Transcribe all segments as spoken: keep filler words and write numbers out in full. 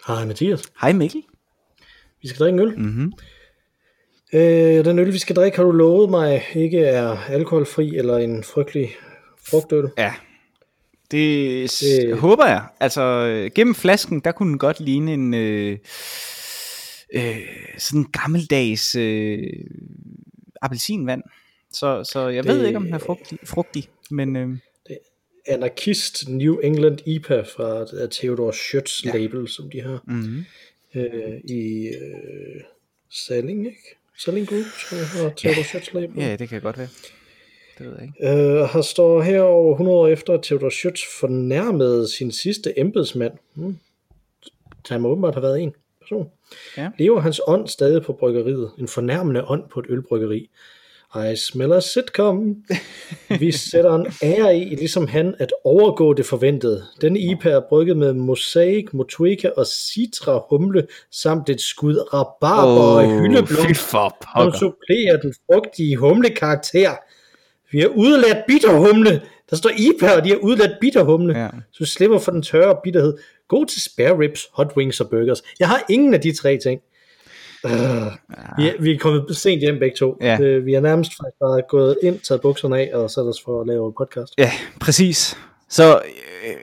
Hej Mathias. Hej Mikkel. Vi skal drikke en øl. Mm-hmm. Øh, den øl, vi skal drikke, har du lovet mig, ikke er alkoholfri eller en frygtelig frugtøl. Ja, det, det håber jeg. Altså, gennem flasken, der kunne den godt ligne en øh, øh, sådan gammeldags øh, appelsinvand. Så, så jeg det, ved ikke, om den er frugtig, frugtig men... Øh, det er Anarkist New England I P A fra Theodor Schütz ja. label, som de har mm-hmm. øh, i øh, Salling, ikke? Selling Group, tror jeg, har Theodor Schütz label. Ja, det kan godt være. Det ved jeg ikke. Øh, her står her over hundrede år efter, at Theodor Schütz fornærmede sin sidste embedsmand. Hmm. Så han må åbenbart have været en person. Ja. Lever hans ånd stadig på bryggeriet? En fornærmende ånd på et ølbryggeri. I smell a sitcom. Vi sætter en ære i, ligesom han, at overgå det forventede. Denne I P A er brygget med mosaik, motueka og citra humle, samt et skud rabarber oh, og hyldeblom, som supplerer den frugtige humlekarakter. Vi har udladt bitterhumle. Der står I P A, og de har udladt bitterhumle. Ja. Så du slipper for den tørre bitterhed. Gå til spare ribs, hot wings og burgers. Jeg har ingen af de tre ting. Uh, ja. vi, er, vi er kommet sent hjem begge to. Ja. Det, vi er nærmest faktisk bare gået ind, taget bukserne af og sat os for at lave en podcast. Ja, præcis. Så øh,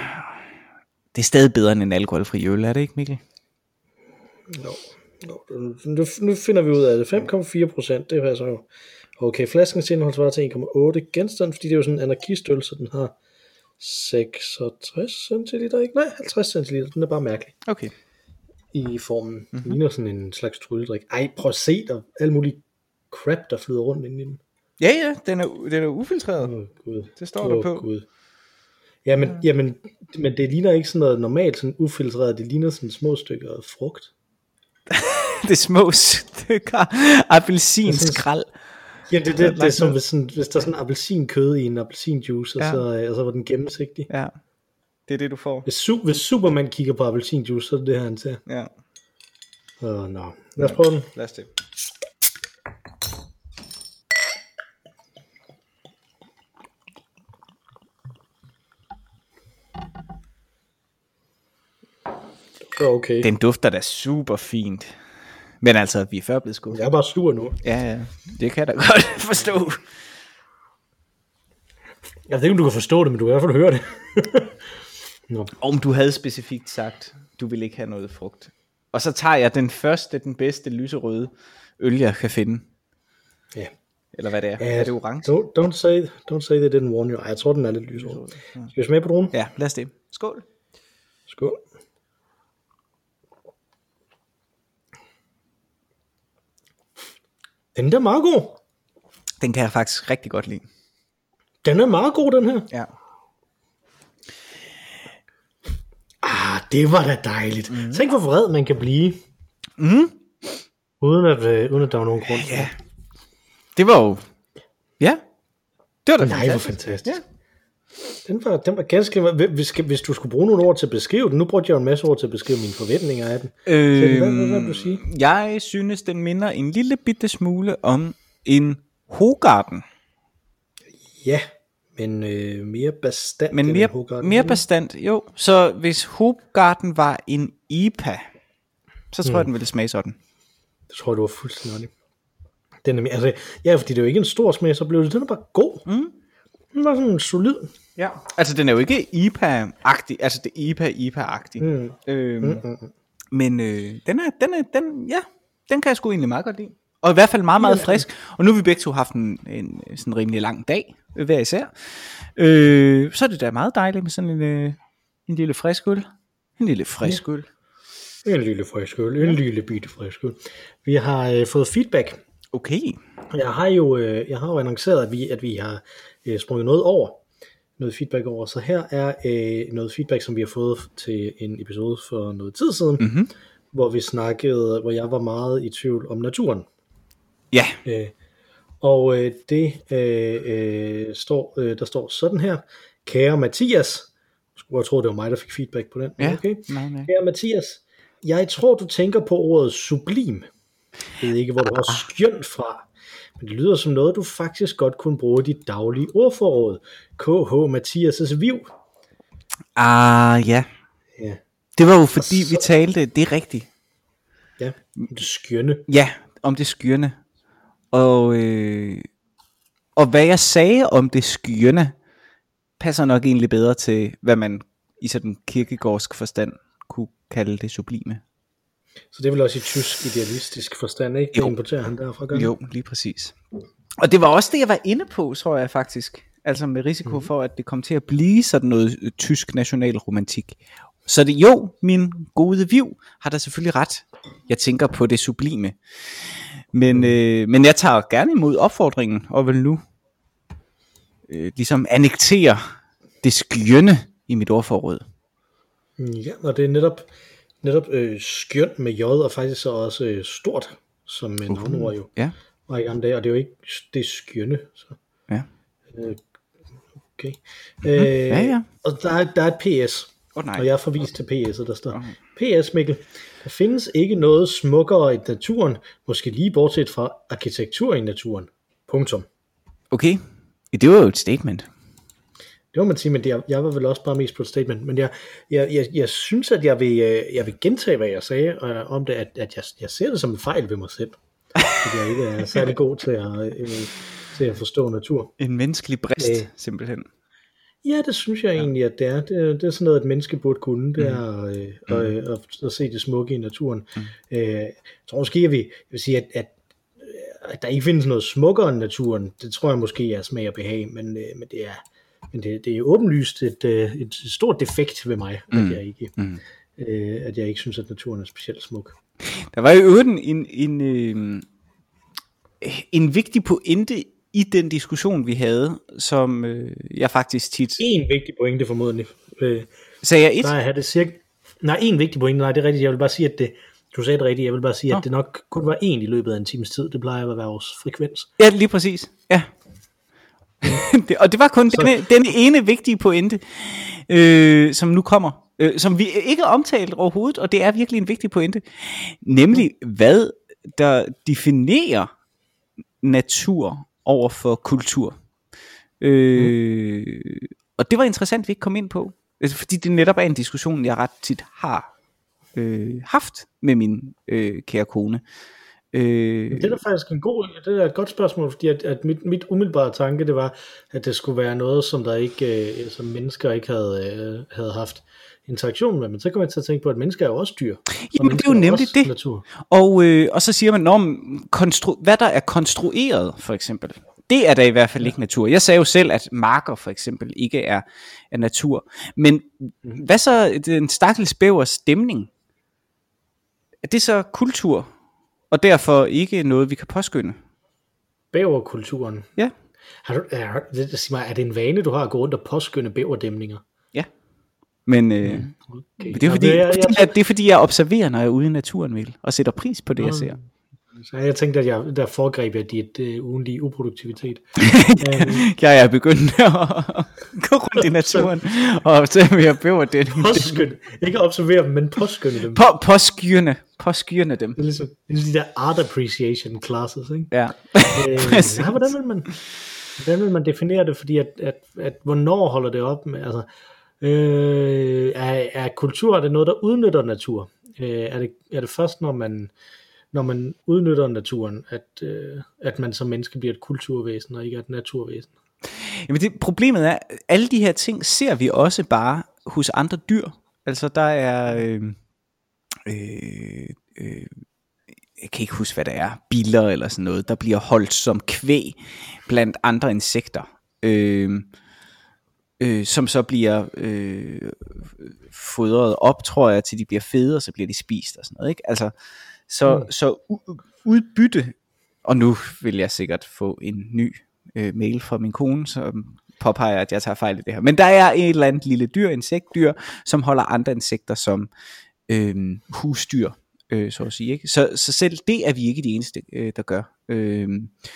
det er stadig bedre end en alkoholfri øl, er det ikke, Mikkel? Nå, no. no. nu, nu finder vi ud af det. fem komma fire procent, det er så jo. Okay, flaskens indhold svarer til en komma otte genstand, fordi det er jo sådan en anarkistøl, så den har seksogtres centiliter, ikke? Nej, halvtreds centiliter, den er bare mærkelig. Okay. I formen. Mm-hmm. Den ligner sådan en slags trylledrik. Ej, prøv at se der. Alle mulige crap, der flyder rundt inde i den. Ja, ja, den er, den er ufiltreret. Åh, oh, Gud. Det står oh, der på. Gud. Jamen, ja. jamen, men det ligner ikke sådan noget normalt, sådan ufiltreret. Det ligner sådan små stykker af frugt. Det er små stykker appelsinskrald. Ja, det, det, det, det er som hvis, sådan, hvis der er sådan appelsinkød i en appelsinjuice, ja. og, så, og så var den gennemsigtig. Ja. Det er det, du får. Hvis, hvis Superman kigger på appelsinjuice, så er det det her, han ser. Ja. Åh, oh, no. Lad os prøve den. Lad os det. Okay. Den dufter da super fint. Men altså, vi er før blevet skuffet. Jeg er bare sur nu. Ja, ja. Det kan jeg da godt forstå. Jeg ved ikke, om du kan forstå det, men du kan i hvert fald høre det. No. Om du havde specifikt sagt, du vil ikke have noget frugt. Og så tager jeg den første, den bedste lyserøde øl, jeg kan finde. Ja. Yeah. Eller hvad det er. Yeah, er det orange? Don't, don't, say, don't say they didn't warn you. Ej, jeg tror, den er lidt lyserød. Ja. Skal vi smage på dronen? Ja, lad os det. Skål. Skål. Den der er meget god. Den kan jeg faktisk rigtig godt lide. Den er meget god, den her. Ja. Ah, det var da dejligt. Mm. Tænk, hvor vred man kan blive. Mm. Uden, at, øh, uden at der var nogen grund. Ja. Det var jo... Ja. Det var da Nej, fantastisk. Hvor fantastisk. Ja. Den var, den var ganske... Hvis, hvis du skulle bruge nogle ord til at beskrive den, nu brugte jeg jo en masse ord til at beskrive mine forventninger af den. Øh, hvad, hvad, hvad vil du sige? Jeg synes, den minder en lille bitte smule om en Hoegaarden. Ja, men øh, mere bestand. Men mere, mere bestand, jo. Så hvis Hoegaarden var en I P A, så tror mm. jeg, den ville smage sådan. Det tror jeg, du var fuldstændig. Den er mere, altså, ja, fordi det er jo ikke en stor smag, så blev det, den er bare god. Mm. Den var sådan solid. Ja, altså den er jo ikke I P A-agtig, altså det er I P A, I P A-agtig. Mm. Øhm, mm, mm, mm. Men øh, den er, den er, den, ja, den kan jeg sgu egentlig meget godt lide. Og i hvert fald meget, meget frisk. Og nu har vi begge to haft en, en sådan rimelig lang dag, hver især. Øh, så er det da meget dejligt med sådan en, øh, en lille frisk øl. En lille frisk øl. Ja. En lille frisk øl. En lille bitte frisk øl. Vi har øh, fået feedback. Okay. Jeg har jo, øh, jeg har jo annonceret, at vi, at vi har øh, sprunget noget over. Noget feedback over. Så her er øh, noget feedback, som vi har fået til en episode for noget tid siden. Mm-hmm. Hvor vi snakkede, hvor jeg var meget i tvivl om naturen. Ja. Øh, og øh, det øh, øh, står, øh, der står sådan her: kære Mathias, jeg skulle tro det var mig der fik feedback på den. Ja. Okay. Nej, nej. Kære Mathias, jeg tror du tænker på ordet sublim. Jeg ved ikke hvor du har skjønt fra, men det lyder som noget du faktisk godt kunne bruge i dit daglige ordforråd. K H Mathias' Viv. Ah ja. Ja. Det var jo fordi, så, vi talte, det er rigtigt. Ja, om det skyrende. Ja, om det skyrende. Og, øh, og hvad jeg sagde om det skyrende, passer nok egentlig bedre til, hvad man i sådan kirkegårdsk forstand kunne kalde det sublime. Så det vil også i tysk idealistisk forstand, ikke? Det importerer han derfra gang. Jo, lige præcis. Og det var også det, jeg var inde på, tror jeg faktisk. Altså med risiko mm. for, at det kom til at blive sådan noget tysk nationalromantik. Så det jo, min gode Viv, har da selvfølgelig ret. Jeg tænker på det sublime. Men, mm. øh, men jeg tager gerne imod opfordringen, og vil nu øh, ligesom annektere det skyrende i mit ordforråd. Ja, og det er netop, netop øh, skjønt med J, og faktisk så også øh, stort, som en uh, navnord jo. Ja. Og i gamle dage, og det er jo ikke det skyrende. Så. Ja. Øh, okay. Mm-hmm. Øh, ja, ja. Og der er, der er et P S, oh, nej. og jeg er forvist til P S'et, der står. Okay. P S, Mikkel, der findes ikke noget smukkere i naturen, måske lige bortset fra arkitektur i naturen. Punktum. Okay, det var jo et statement. Det må man sige, men det, jeg var vel også bare mest på et statement. Men jeg, jeg, jeg, jeg synes, at jeg vil, jeg vil gentage, hvad jeg sagde øh, om det, at, at jeg, jeg ser det som en fejl ved mig selv. At jeg ikke er særlig god til at, øh, til at forstå natur. En menneskelig brist, Æh, simpelthen. Ja, det synes jeg egentlig, at det er. Det, det er sådan noget, et menneske burde kunne. Det er mm. øh, mm. at, at, at se det smukke i naturen. Mm. Øh, jeg tror måske, at vi jeg vil sige, at, at, at der ikke findes noget smukkere end naturen. Det tror jeg måske er smag og behag, men, øh, men det er Men det, det er åbenlyst et, et stort defekt ved mig, mm. at, jeg ikke, mm. øh, at jeg ikke synes, at naturen er specielt smuk. Der var jo en, en, en, øh, en vigtig pointe i den diskussion, vi havde, som øh, jeg faktisk tit... En vigtig pointe formodentlig. Øh, sagde jeg et? Nej, det cirka... nej, en vigtig pointe. Nej, det er rigtigt. Jeg vil bare sige, at det... Du sagde det rigtigt. Jeg vil bare sige, Nå. at det nok kun var en i løbet af en times tid. Det plejer at være vores frekvens. Ja, lige præcis. Ja. det, og det var kun denne, denne ene vigtige pointe, øh, som nu kommer, øh, som vi ikke har omtalt overhovedet, og det er virkelig en vigtig pointe, nemlig hvad der definerer natur over for kultur. Øh, mm. Og det var interessant, vi ikke kom ind på, altså, fordi det netop er en diskussion, jeg ret tit har øh, haft med min øh, kære kone. Øh, det er da faktisk en god, det er et godt spørgsmål, fordi at, at mit, mit umiddelbare tanke, det var, at det skulle være noget, som der ikke, øh, som mennesker ikke havde, øh, havde haft interaktion med, men så kommer jeg til at tænke på, at mennesker er jo også dyr. Jamen det er jo nemlig det. Natur. Og, øh, og så siger man, når konstru- hvad der er konstrueret, for eksempel, det er da i hvert fald ja. ikke natur. Jeg sagde jo selv, at marker for eksempel ikke er, er natur. Men mm. hvad så den stakkels bævers stemning? Er det så kultur? Og derfor ikke noget, vi kan påskynde. Bæverkulturen? Ja. Har du, er, det, sig mig, er det en vane, du har at gå rundt og påskynde bæverdæmninger? Ja. Men øh, okay. det, er fordi, ja, jeg, jeg, det er fordi, jeg observerer, når jeg er ude i naturen, vil, og sætter pris på det, jeg ser. Så jeg tænkte, at jeg, der foregreb jeg dit uh, ugenlige uproduktivitet. Jeg er begyndt at gå rundt i naturen og observere bæverdæmninger. Påskynde. Ikke observere dem, men påskynde dem. På, påskyrende. Påskyrende dem. Det er ligesom det er de der art appreciation classes, ikke? Ja. øh, ja, hvordan vil man, hvordan vil man definere det? Fordi at, at, at hvornår holder det op med, altså, øh, er, er kultur, er det noget, der udnytter natur? Øh, er, det, er det først, når man, når man udnytter naturen, at, øh, at man som menneske bliver et kulturvæsen, og ikke et naturvæsen? Jamen det, problemet er, alle de her ting ser vi også bare hos andre dyr. Altså der er... Øh, øh, øh, jeg kan ikke huske hvad det er, biller eller sådan noget, der bliver holdt som kvæg blandt andre insekter, øh, øh, som så bliver øh, fodret op, tror jeg, til de bliver fede, og så bliver de spist og sådan noget, ikke? Altså, så, mm. så u- udbytte, og nu vil jeg sikkert få en ny øh, mail fra min kone, som påpeger, at jeg tager fejl i det her, men der er et eller andet lille dyr, insektdyr, som holder andre insekter som øh, husdyr, øh, så at sige, ikke? Så, så selv det er vi ikke de eneste, øh, der gør. Øh,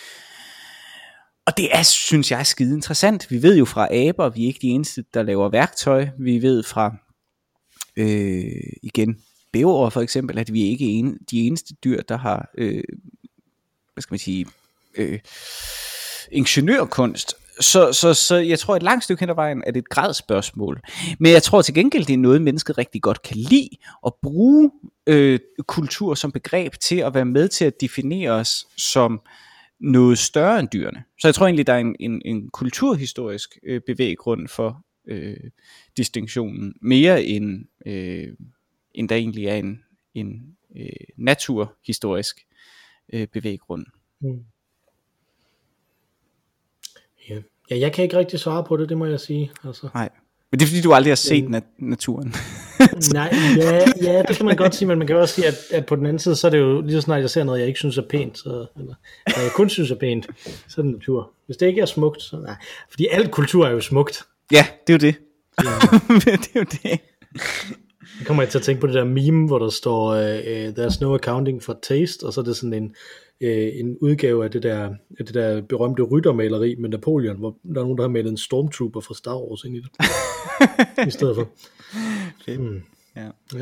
og det er, synes jeg, skide interessant. Vi ved jo fra aber, vi er ikke de eneste, der laver værktøj. Vi ved fra, øh, igen, bæver for eksempel, at vi ikke er en, de eneste dyr, der har, øh, hvad skal man sige, øh, ingeniørkunst, så, så, så jeg tror, et langt stykke hen ad vejen er det et gradsspørgsmål. Men jeg tror til gengæld, det er noget, mennesket rigtig godt kan lide, at bruge øh, kultur som begreb til at være med til at definere os som noget større end dyrene. Så jeg tror egentlig, der er en, en, en kulturhistorisk øh, bevæggrund for øh, distinktionen, mere end, øh, end der egentlig er en, en øh, naturhistorisk øh, bevæggrund. Mm. Ja. ja, jeg kan ikke rigtig svare på det, det må jeg sige. Altså. Nej, men det er fordi, du aldrig har set nat- naturen. Nej, ja, ja, det kan man godt sige, men man kan også sige, at, at på den anden side, så er det jo lige så snart jeg ser noget, jeg ikke synes er pænt, så, eller hvad jeg kun synes er pænt, så er det natur. Hvis det ikke er smukt, så nej. Fordi al kultur er jo smukt. Ja, det er jo det. Ja. Det er jo det. Jeg kommer jeg til at tænke på det der meme, hvor der står, uh, there's no accounting for taste, og så er det sådan en, uh, en udgave af det der, af det der berømte ryttermaleri med Napoleon, hvor der er nogen, der har malet en stormtrooper fra Star Wars ind i det. I stedet for. Hmm. Ja. Ja.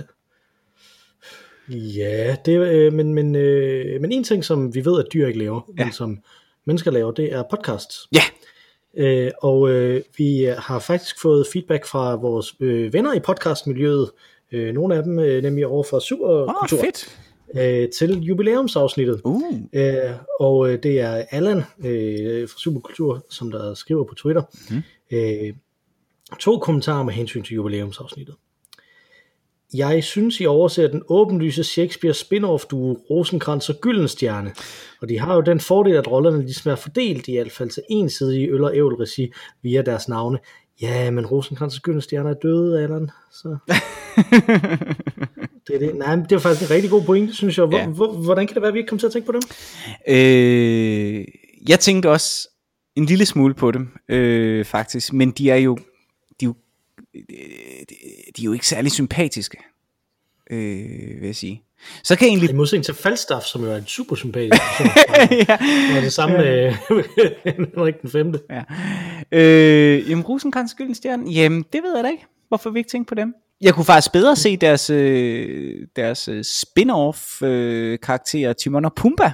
Ja, det, øh, men, men, øh, men en ting, som vi ved, at dyr ikke laver, ja. men som mennesker laver, det er podcasts. Ja. Øh, og øh, vi har faktisk fået feedback fra vores øh, venner i podcastmiljøet, øh, nogle af dem øh, nemlig over fra Superkultur, oh, fedt. Øh, til jubilæumsafsnittet. Uh. Øh, og øh, det er Allan øh, fra Superkultur, som der skriver på Twitter, mm. øh, to kommentarer med hensyn til jubilæumsafsnittet. Jeg synes, I overser den åbenlyse Shakespeare spin-off duo Rosenkrantz og Gyldenstjerne, og de har jo den fordel, at rollerne ligesom er fordelt i hvert fald til ensidige øl- og ævl-regi via deres navne. Ja, men Rosenkrantz og Gyldenstjerne er døde, Allan, så... det er det. Nej, det er faktisk en rigtig god pointe, synes jeg. Hvor, ja. hvor, hvordan kan det være, at vi ikke kommer til at tænke på dem? Øh, jeg tænkte også en lille smule på dem, øh, faktisk, men de er jo... De er jo de er jo ikke særlig sympatiske, øh, vil jeg sige. Så kan jeg egentlig... I modsætning til Falstaff, som jo er en super sympatisk person. ja. Og det samme med Henrik den femte. Ja. Øh, jamen, Rosenkrantz og Gyldenstjerne, jamen, det ved jeg da ikke. Hvorfor vi ikke tænke på dem? Jeg kunne faktisk bedre se deres, øh, deres spin-off øh, karakterer, Timon og Pumba.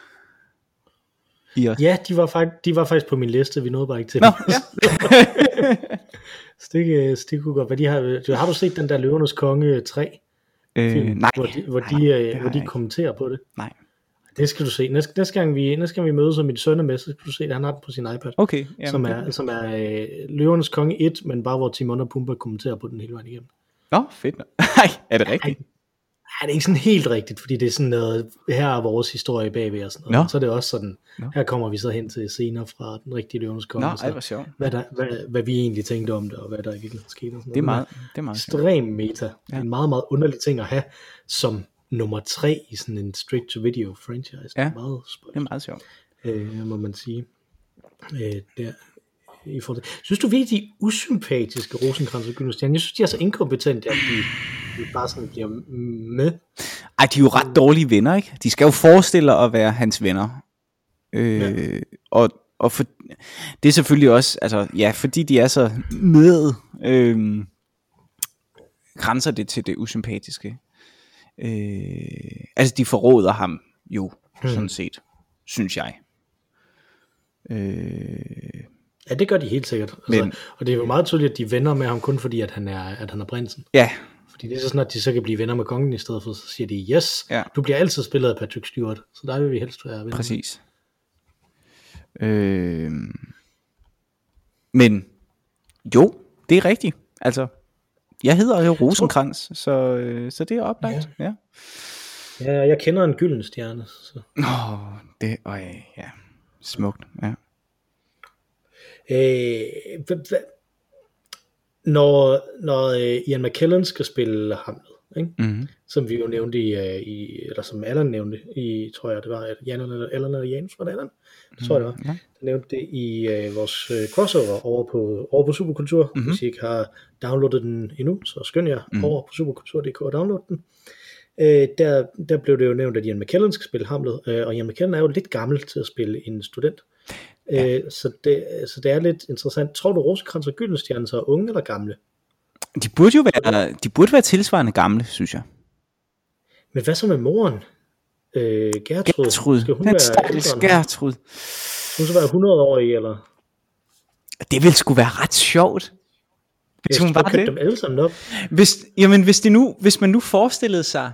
Ja, de var, faktisk, de var faktisk på min liste, vi nåede bare ikke til Nå, dem. Ja. Så det, så det kunne godt være. De har, har du set den der Løvernes Konge tre film, øh, nej, hvor de, hvor de, nej, hvor de kommenterer på det? Nej. Det skal du se. Næste, næste, gang, vi, næste gang vi mødes, og min søn er med, så skal du se det. Han har den på sin iPad. Okay. Jamen, som er, som er øh, Løvernes Konge et, men bare hvor Timon og Pumba kommenterer på den hele vejen igennem. Nå, fedt. Nej, er det rigtigt? Nej, det er ikke sådan helt rigtigt, fordi det er sådan noget, her er vores historie bagved og sådan noget. Så er det også sådan, Nå. her kommer vi så hen til scener fra den rigtige Løvernes Konge. Nå, ej, hvor sjovt. Hvad, der, hvad, hvad vi egentlig tænkte om det, og hvad der virkelig skete. Og sådan det er meget, det er meget ekstrem meta. Ja. En meget, meget underlig ting at have som nummer tre i sådan en straight-to-video franchise. Ja, det er meget, det er meget sjovt. Øh, må man sige. Øh, der, i forhold til. Synes du virkelig, de er usympatiske, Rosenkrantz og Gyldenstjerne? Jeg synes, de er så inkompetente, at de, de bare sådan bliver med. Ej, de er jo ret dårlige venner, ikke? De skal jo forestille at være hans venner. Øh, ja. Og, og for, det er selvfølgelig også, altså, ja, fordi de er så med, øh, grænser det til det usympatiske. Øh, altså, de forråder ham jo, hmm. sådan set, synes jeg. Øh, Ja, det gør de helt sikkert. Altså, men, og det er jo meget tydeligt, at de venner med ham kun fordi, at han er, at han er prinsen. Ja. Fordi det er så sådan, at de så kan blive venner med kongen i stedet for, så siger de, yes, ja. du bliver altid spillet af Patrick Stewart, så der vil vi helst være venner. Præcis. Øh, men jo, det er rigtigt. Altså, jeg hedder jo Rosenkrantz, så, øh, så det er oplagt. Ja. Ja. Ja, jeg kender en Gyldenstjerne. Så. Åh, oh, det, øj, ja, smukt, ja. Øh, hva, hva, når når øh, Ian McKellen skal spille Hamlet, ikke? Mm-hmm. Som vi jo nævnte i, uh, i eller som Allan nævnte i, tror jeg det var Jan eller Allan eller Jens, var det Allan? Det tror jeg det var. Mm-hmm. Der nævnte det i uh, vores uh, crossover over på over på Superkultur. Mm-hmm. Hvis I ikke har downloadet den endnu, så skynd jer mm-hmm. over på superkultur punktum d k og download den. Uh, der, der blev det jo nævnt, at Ian McKellen skal spille Hamlet, uh, og Ian McKellen er jo lidt gammel til at spille en student. Ja. Øh, så, det, så det er lidt interessant. Tror du, Rosenkrantz og Gyldenstjerne så er unge eller gamle? De burde jo være, de burde være tilsvarende gamle, synes jeg. Men hvad så med moren? Øh, Gertrud? Gertrud. Skal hun Den være ældre? Gertrud. Hun skal være hundrede år i, eller? Det ville sgu være ret sjovt. Hvis hun var det. Dem alle sammen op. Hvis, jamen, hvis, det nu, hvis man nu forestillede sig,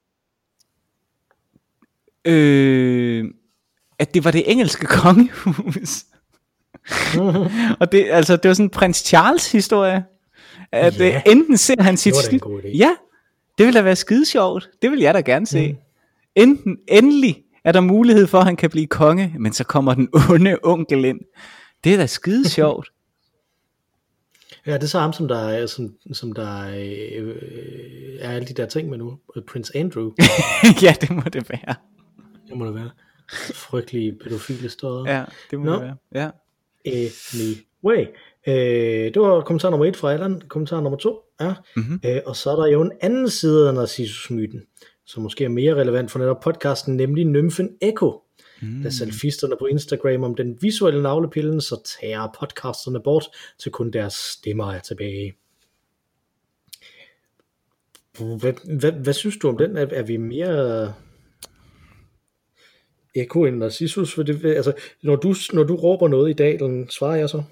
øh, at det var det engelske kongehus. Og det, altså, det var sådan en prins Charles historie. At ja, enten ser han sit slip. Ja, det ville da være skide sjovt. Det vil jeg da gerne se. Mm. Enten endelig er der mulighed for, at han kan blive konge, men så kommer den onde onkel ind. Det er da skide sjovt. Ja, det er så ham, som der er, som, som der er, øh, er alle de der ting med nu. Prins Andrew. Ja, det må det være. Det må det være. Frygtelige pædofile steder. Ja, det må Nå. det være. Ja. Anyway. Øh, det var kommentar nummer et fra Allan. Kommentar nummer to er, mm-hmm. øh, og så er der jo en anden side af Narcissus-myten, som måske er mere relevant for netop podcasten, nemlig nymfen Echo. Mm. Da selfisterne på Instagram om den visuelle navlepillen, så tager podcasterne bort, til kun deres stemmer er tilbage. Hvad, hvad, hvad synes du om den? Er, er vi mere Echo end Narcissus? For det, altså, når, du, når du råber noget i dalen, svarer jeg så?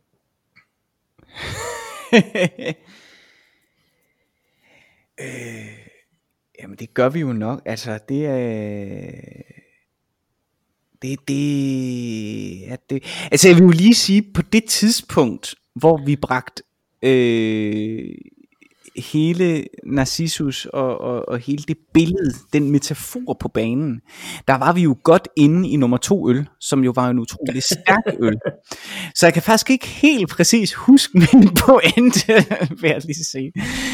øh, jamen det gør vi jo nok. Altså det er det det, at det altså jeg vil jo lige sige, på det tidspunkt hvor vi bragte øh, hele Narcissus og, og, og hele det billede, den metafor på banen, der var vi jo godt inde i nummer to øl, som jo var en utrolig stærk øl. Så jeg kan faktisk ikke helt præcis huske min pointe, vil jeg lige sige.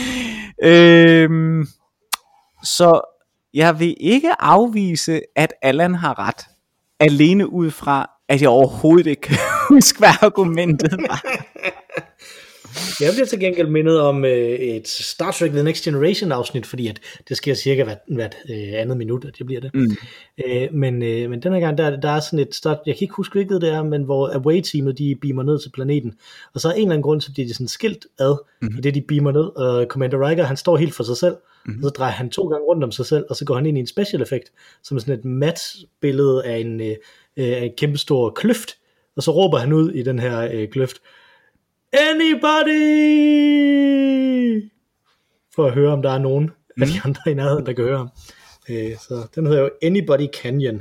Øhm, så jeg vil ikke afvise, at Allan har ret, alene ud fra, at jeg overhovedet ikke kan huske, hvad argumentet var. Jeg bliver til gengæld mindet om øh, et Star Trek The Next Generation afsnit, fordi at det sker cirka hvert, hvert øh, andet minut, at det bliver det. Mm. Øh, men, øh, men den her gang, der, der er sådan et start, jeg kan ikke huske hvilket det er, men hvor Away-teamet, de beamer ned til planeten, og så er en eller anden grund, så bliver de sådan skilt ad, mm. i det de beamer ned, og Commander Riker, han står helt for sig selv, mm. og så drejer han to gange rundt om sig selv, og så går han ind i en special effect, som er sådan et mat billede af en, øh, en kæmpestor kløft, og så råber han ud i den her øh, kløft, anybody, for at høre, om der er nogen mm. af de andre i nærheden, der kan høre ham. Øh, så den hedder jo Anybody Canyon.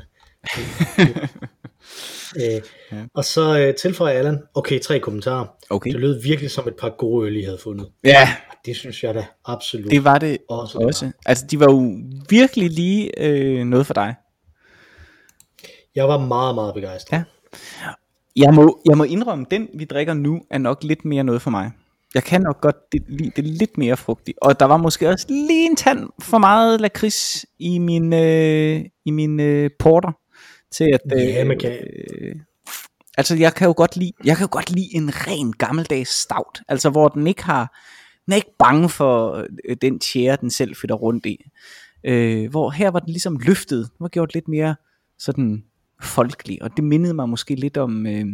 øh, ja. Og så øh, tilføjer Allan, okay, tre kommentarer. Okay. Det lød virkelig som et par gode øl, I havde fundet. Ja. Det synes jeg da absolut. Det var det også. også. Altså, de var jo virkelig lige øh, noget for dig. Jeg var meget, meget begejstret. Ja. Jeg må, jeg må indrømme, den vi drikker nu er nok lidt mere noget for mig. Jeg kan nok godt lide det lidt mere frugtigt. Og der var måske også lige en tand for meget lakrids i min, øh, i min øh, porter. Til at, øh, ja, man kan. Øh, altså jeg kan jo godt lide, jeg kan jo godt lide en ren gammeldags stout. Altså hvor den ikke har, den er ikke bange for øh, den tjære, den selv flytter rundt i. Øh, hvor her var den ligesom løftet. Den var gjort lidt mere sådan folkelig, og det mindede mig måske lidt om øh,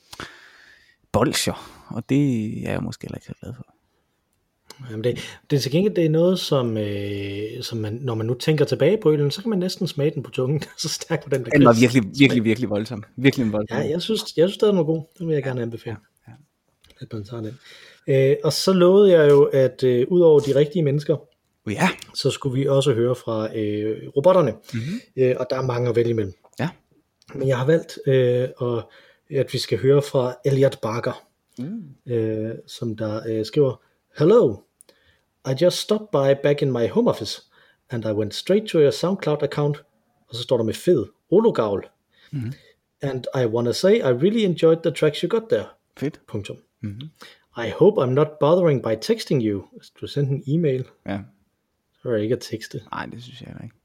bolsjer, og det er jeg måske heller ikke så glad for. Jamen det, det er til gengæld det er noget, som, øh, som man, når man nu tænker tilbage på ølen, så kan man næsten smage den på tungen, så stærk på den der. Den var virkelig, virkelig, virkelig voldsom. Virkelig voldsom. Ja, jeg synes, jeg synes, den var god. Den vil jeg gerne anbefale. Ja, ja. At man tager den. Øh, og så lovede jeg jo, at øh, ud over de rigtige mennesker, ja. så skulle vi også høre fra øh, robotterne. Mm-hmm. Øh, og der er mange at vælge imellem. Ja. Men jeg har valgt, øh, og, at vi skal høre fra Elliot Barker, mm. øh, som der øh, skriver, Hello, I just stopped by back in my home office, and I went straight to your SoundCloud account, og så står der med fed, Ologavl. Mm. And I wanna say, I really enjoyed the tracks you got there. Fedt. Punktum. Mm-hmm. I hope I'm not bothering by texting you. Du sendte en e-mail. Ja. Så er det ikke at tekste. Nej, det synes jeg ikke.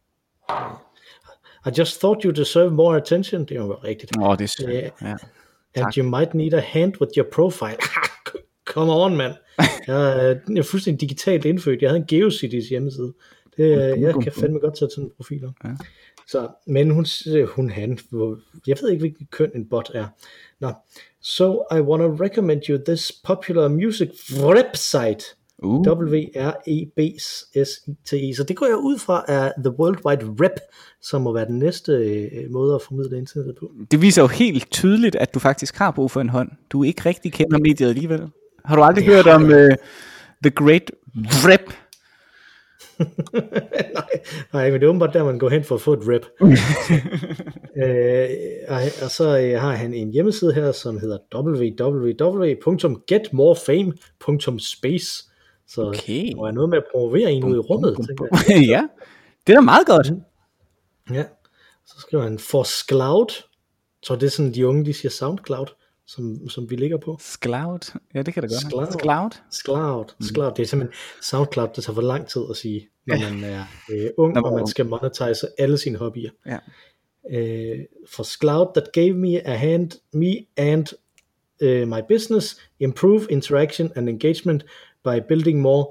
I just thought you deserve more attention. Det er jo rigtigt. Åh, oh, det er sødt. Uh, ja. And tak. You might need a hand with your profile. Come on, mand. Jeg er fuldstændig digitalt indfødt. Jeg havde en GeoCities hjemmeside. Det, jeg kan fandme godt sætte sådan en profil op. Ja. Så, men hun, hun han, jeg ved ikke, hvilken køn en bot er. Nå. So I want to recommend you this popular music website. Uh. W R E B S I T E. Så det går jeg ud fra er The World Wide Web, som må være den næste øh, måde at formidle internettet på. Det viser jo helt tydeligt, at du faktisk har brug for en hånd. Du ikke rigtig kender mediet alligevel. Har du aldrig det hørt om uh, The Great Web? nej, nej, men det er åbenbart der, man går hen for at få et rep. øh, og, og så øh, har han en hjemmeside her, som hedder w w w punktum get more fame punktum space. Så okay. der er noget med at promovere en ud i rummet. Bum, bum, bum. Ja, det er da meget godt. Ja, så skriver han for Skloud. Så det er sådan, de unge, de siger SoundCloud, som, som vi ligger på. Skloud, ja, det kan det godt. Skloud. Skloud. Skloud. Skloud. Det er simpelthen SoundCloud, der tager for lang tid at sige, når man er øh, ung, og man skal monetize alle sine hobbyer. Ja. Uh, for Skloud that gave me a hand, me and uh, my business, improve interaction and engagement by building more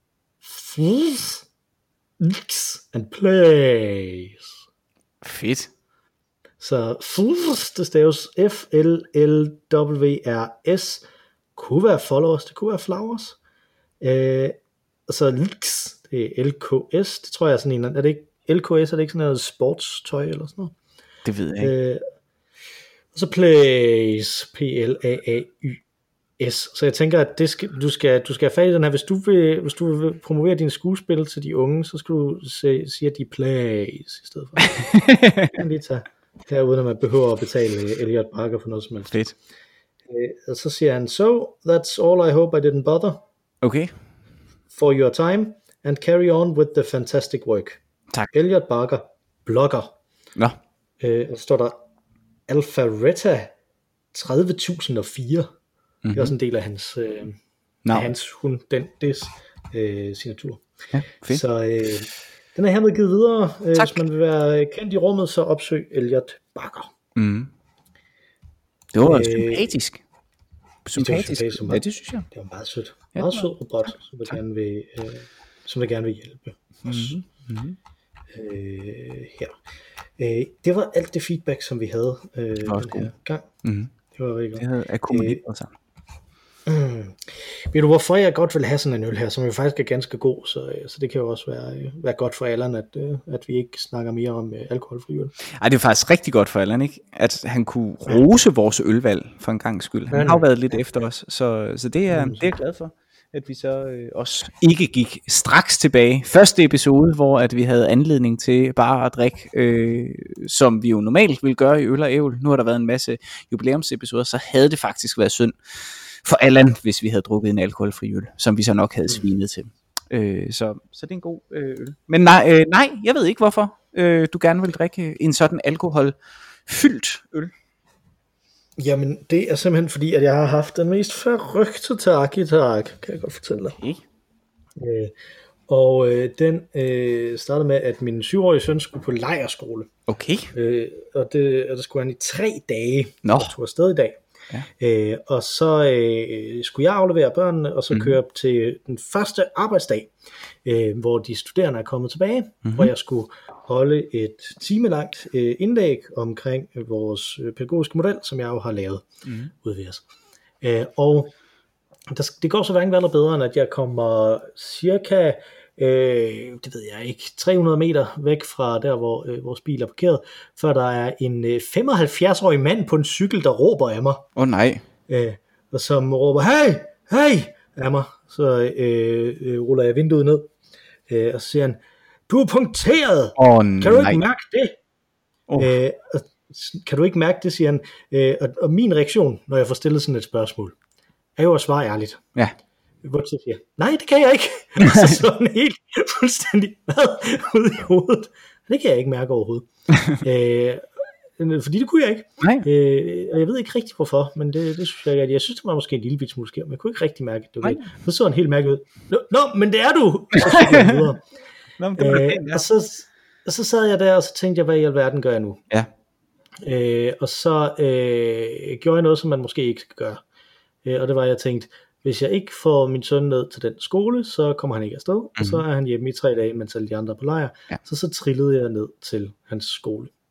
links and plays. Fedt. Så flus, det staves F L L W R S, kunne være followers, det kunne være flowers. Uh, og så links, det er L K S, det tror jeg er sådan en, er det ikke L K S, er det ikke sådan noget sportstøj eller sådan noget? Det ved jeg ikke. Øh, og så plays, P L A A Y S. Så jeg tænker, at det skal, du, skal, du skal have fat i den her. Hvis du vil, hvis du vil promovere dine skuespil til de unge, så skal du se, sige, at de plays i stedet for. Jeg kan lige tage her, uden at man behøver at betale Elliot Parker for noget som helst. Fedt. Øh, og så siger han, so that's all I hope I didn't bother. Okay. For your time, and carry on with the fantastic work. Tak. Elliot Parker, blogger. Nå. Øh, og så står der Alpharetta tredive tusind og fire. Mm-hmm. Det er også en del af hans, øh, no. af hans hun, den, des øh, signatur. Ja, fedt. Så øh, den er hermed givet videre. Øh, hvis man vil være kendt i rummet, så opsøg Elliot Parker. Mm. Det var øh, sympatisk. Sympatisk. Det sympatisk. Ja, det synes jeg. Det var meget sødt. Ja, meget sød robot, som vil gerne vil, øh, som vil gerne vil hjælpe os. Mm-hmm. Øh, her. Øh, det var alt det feedback, som vi havde øh, den her gang. Mm-hmm. Det var rigtig godt. Det havde akkumuleret øh, sammen. Mm. Ved du, hvorfor jeg godt vil have sådan en øl her, som jo faktisk er ganske god, så, så det kan jo også være, være godt for Allan, at, at vi ikke snakker mere om uh, alkoholfri øl. Ej, det er faktisk rigtig godt for Allan, ikke? At han kunne rose vores ølvalg for en gang skyld. Han har jo været lidt efter os, så, så det, er, det er jeg glad for, at vi så øh, også ikke gik straks tilbage. Første episode, hvor at vi havde anledning til bare at drikke, øh, som vi jo normalt ville gøre i øl og ævl. Nu har der været en masse jubilæumsepisoder, så havde det faktisk været synd for Allan, hvis vi havde drukket en alkoholfri øl, som vi så nok havde svinet til. Øh, så, så det er en god øh, øl. Men nej, øh, nej, jeg ved ikke hvorfor øh, du gerne vil drikke en sådan alkoholfyldt øl. Jamen, det er simpelthen fordi, at jeg har haft den mest forrygte tak i tak, kan jeg godt fortælle dig. Okay. Øh, og øh, den øh, startede med, at min syvårige søn skulle på lejrskole. Okay. Øh, og, det, og det skulle han i tre dage. Nå. Jeg tog afsted i dag. Ja. Øh, og så øh, skulle jeg aflevere børnene, og så mm. køre op til den første arbejdsdag, øh, hvor de studerende er kommet tilbage, mm-hmm. hvor jeg skulle holde et timelangt øh, indlæg omkring vores øh, pædagogiske model, som jeg jo har lavet mm. ude ved os. Øh, og der, det går så hverken være bedre, end at jeg kommer cirka, øh, det ved jeg ikke, tre hundrede meter væk fra der, hvor øh, vores bil er parkeret, før der er en øh, femoghalvfjerds-årig mand på en cykel, der råber af mig. Åh oh, nej. Øh, og som råber, hey, hey, af mig. Så øh, øh, ruller jeg vinduet ned, øh, og så siger han, du er punkteret, oh, kan du ikke mærke det? Oh. Øh, og, kan du ikke mærke det, siger han. Øh, og, og min reaktion, når jeg får stillet sådan et spørgsmål, er jo at svare ærligt. Ja. Hvor så siger, nej, det kan jeg ikke. Så sådan helt fuldstændig ud i hovedet. Det kan jeg ikke mærke overhovedet. øh, fordi det kunne jeg ikke. Nej. Øh, og jeg ved ikke rigtig hvorfor, men det, det synes jeg ikke. Jeg synes, det var måske en lille bit smule skært, men jeg kunne ikke rigtig mærke det. Okay. Så så han helt mærket ud. Nå, nå, men det er du! Så så jeg videre. Nå, det øh, pænt, ja. og, så, og så sad jeg der, og så tænkte jeg, hvad i alverden gør jeg nu? Ja. Øh, og så øh, gjorde jeg noget, som man måske ikke skal gøre. Øh, og det var, at jeg tænkte, hvis jeg ikke får min søn ned til den skole, så kommer han ikke afsted, mm-hmm. og så er han hjemme i tre dage, mens alle de andre er på lejr. Ja. Så så trillede jeg ned til hans skole.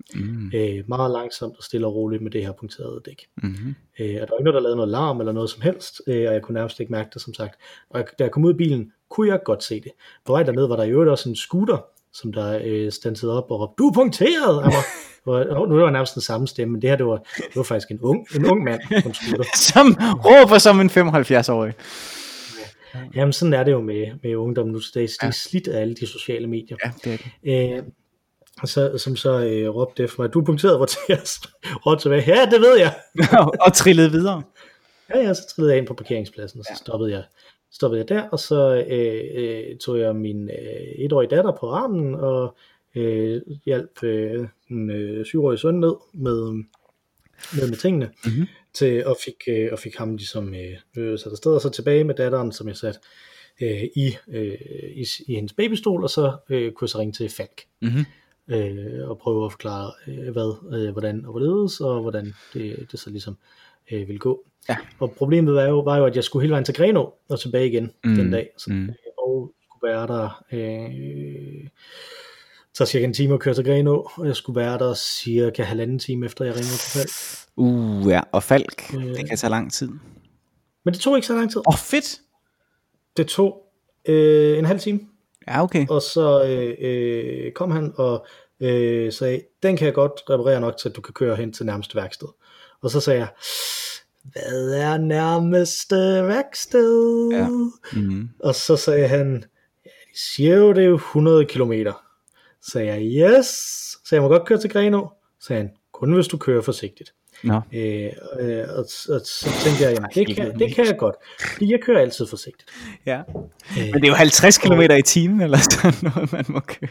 Mm. Øh, meget langsomt og stille og roligt med det her punkterede dæk. Mm-hmm. Øh, og der var ikke noget, der lavede noget larm eller noget som helst, øh, og jeg kunne nærmest ikke mærke det, som sagt. Og da jeg kom ud af bilen, kunne jeg godt se det. På vej dernede var der jo også en scooter, som der øh, standsede op og råbte, du er punkteret af mig. Og nu var det nærmest den samme stemme, men det her, det var, det var faktisk en ung, en ung mand på en scooter. Som råber som en femoghalvfjerds-årig. Jamen sådan er det jo med, med ungdommen nu til dags. De er slidt af alle de sociale medier. Ja, det er det. Øh, så, som så øh, råbte efter mig, du er punkteret, hvor til jeg råbte tilbage, ja, det ved jeg. Og trillede videre. Ja, ja, så trillede jeg ind på parkeringspladsen, og så stoppede jeg, stoppede jeg der, og så øh, øh, tog jeg min øh, etårige datter på armen, og øh, hjalp øh, en øh, syvårig søn ned med, med, med tingene, mm-hmm. til, og, fik, øh, og fik ham ligesom øh, sat afsted, og så tilbage med datteren, som jeg satte øh, i, øh, i, i hendes babystol, og så øh, kunne jeg så ringe til Falk. Mm-hmm. Øh, og prøve at forklare øh, hvad, øh, hvordan og hvorledes, og hvordan det, det så ligesom øh, ville gå. Ja. Og problemet var jo, var jo, at jeg skulle hele vejen til Grenaa og tilbage igen mm. den dag, så, mm. og skulle være der øh, så cirka en time at køre til Grenaa, og jeg skulle være der cirka halvanden time efter jeg ringede til Falk. Uh ja, og Falk, øh, det kan tage lang tid. Men det tog ikke så lang tid. Åh, oh, fedt! Det tog øh, en halv time. Ja, okay. Og så øh, øh, kom han og øh, sagde, den kan jeg godt reparere nok til, at du kan køre hen til nærmeste værksted. Og så sagde jeg, hvad er nærmeste værksted? Ja. Mm-hmm. Og så sagde han, ja, de siger jo, det er jo hundrede kilometer. Så sagde jeg, yes. Så jeg må godt køre til Grenaa. Så sagde han, kun hvis du kører forsigtigt. No. Øh, øh, og, og så tænkte jeg, jamen, det, kan, det kan jeg godt, fordi jeg kører altid forsigtigt. Ja. Øh, Men det er jo halvtreds kilometer i timen, eller sådan noget, man må køre.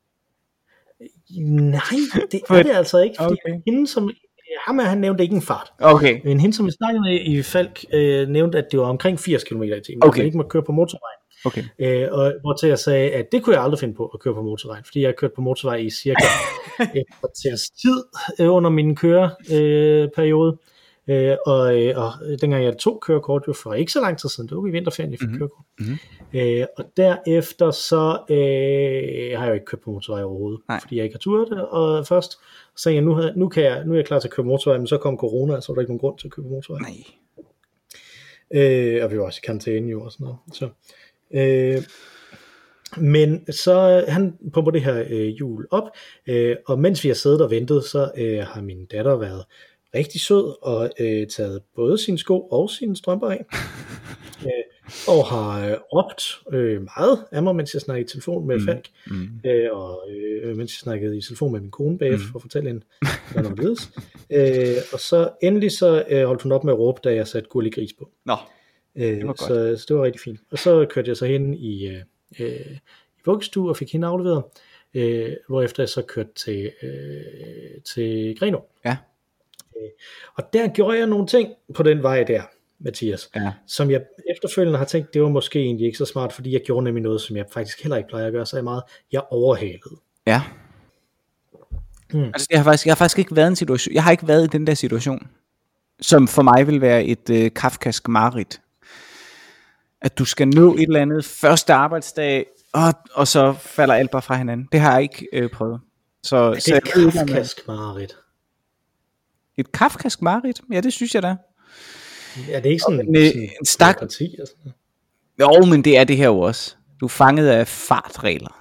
Nej, det er det altså ikke, fordi okay. hende, som, ham han nævnte ikke en fart. Okay. Men hende, som vi snakkede med i Falk, øh, nævnte, at det var omkring firs kilometer i timen, okay. Man ikke må køre på motorvejen. Okay. Øh, og hvor til jeg sagde, at det kunne jeg aldrig finde på at køre på motorvejen, fordi jeg har kørt på motorvej i cirka et kvarters tid øh, under min køreperiode. Øh, og, øh, og dengang jeg tog kørekort jo for ikke så lang tid siden, det var i vinterferien, jeg fik mm-hmm. kørekort. Mm-hmm. Øh, og derefter så øh, har jeg jo ikke kørt på motorvej overhovedet, Nej. fordi jeg ikke har turet det. Og først så sagde jeg, nu, havde, nu, kan jeg, nu er jeg klar til at køre motorvej, men så kom corona, så var der ikke nogen grund til at køre på motorvej. Nej. Øh, og vi var også i karantæne jo og sådan noget. Så, øh, men så han pumper det her øh, hjul op, øh, og mens vi har siddet og ventet, så øh, har min datter været rigtig sød og øh, taget både sine sko og sine strømper af, øh, og har øh, råbt øh, meget af mig, mens jeg snakkede i telefon med mm. Falk, mm. øh, og øh, mens jeg snakkede i telefon med min kone bagefter, mm. for at fortælle hende, hvordan det ledes. øh, og så endelig så øh, holdt hun op med at råbe, da jeg satte gullig gris på. Nå, øh, det var så, godt. Så det var rigtig fint. Og så kørte jeg så hen i, øh, i vuggestue og fik hende afleveret, øh, hvorefter jeg så kørte til, øh, til Grenaa. Ja. Og der gjorde jeg nogle ting på den vej der, Mathias, ja. som jeg efterfølgende har tænkt, det var måske egentlig ikke så smart, fordi jeg gjorde nemlig noget, som jeg faktisk heller ikke plejer at gøre så meget. Jeg overhalede. Ja. Hmm. Altså, jeg har, faktisk, jeg har faktisk ikke været i en situation, jeg har ikke været i den der situation, som for mig vil være et øh, kafkask mareridt. At du skal nå et eller andet første arbejdsdag, og, og så falder alt bare fra hinanden. Det har jeg ikke øh, prøvet. Så, er det så et kafkask mareridt? Et kafkask mareridt? Ja, det synes jeg da. Ja, det er ikke sådan en, en, en stak. Jo, men det er det her jo også. Du er fanget af fartregler.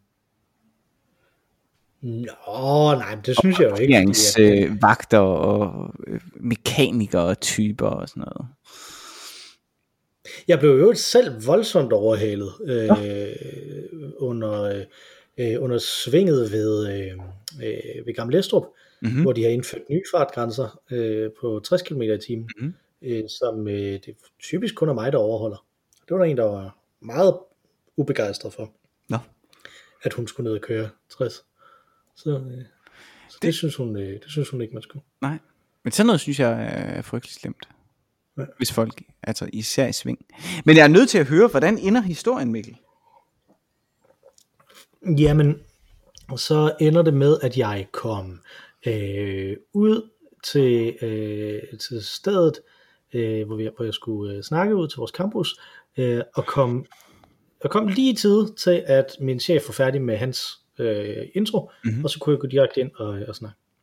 Nå, nej, men det synes og jeg jo ikke. Fordi, at... øh, vagter og øh, mekanikere og typer og sådan noget. Jeg blev jo selv voldsomt overhalet øh, ja. under, øh, under svinget ved, øh, ved Gammel Estrup, mm-hmm. hvor de har indført nye fartgrænser øh, på tres kilometer i timen, mm-hmm. øh, som øh, det typisk kun er mig, der overholder. Det var der en, der var meget ubegejstret for, Nå. at hun skulle ned og køre tres. Så, øh, så det, det, synes hun, øh, det synes hun ikke, man skulle. Nej, men sådan noget synes jeg er frygtelig slemt. Ja. Hvis folk, altså især i sving. Men jeg er nødt til at høre, hvordan ender historien, Mikkel? Jamen, så ender det med, at jeg kom øh, ud til, øh, til stedet, øh, hvor, vi, hvor jeg skulle øh, snakke ud til vores campus, øh, og kom, og kom lige i tide til, at min chef var færdig med hans øh, intro, mm-hmm. og så kunne jeg gå direkte ind og, og snakke.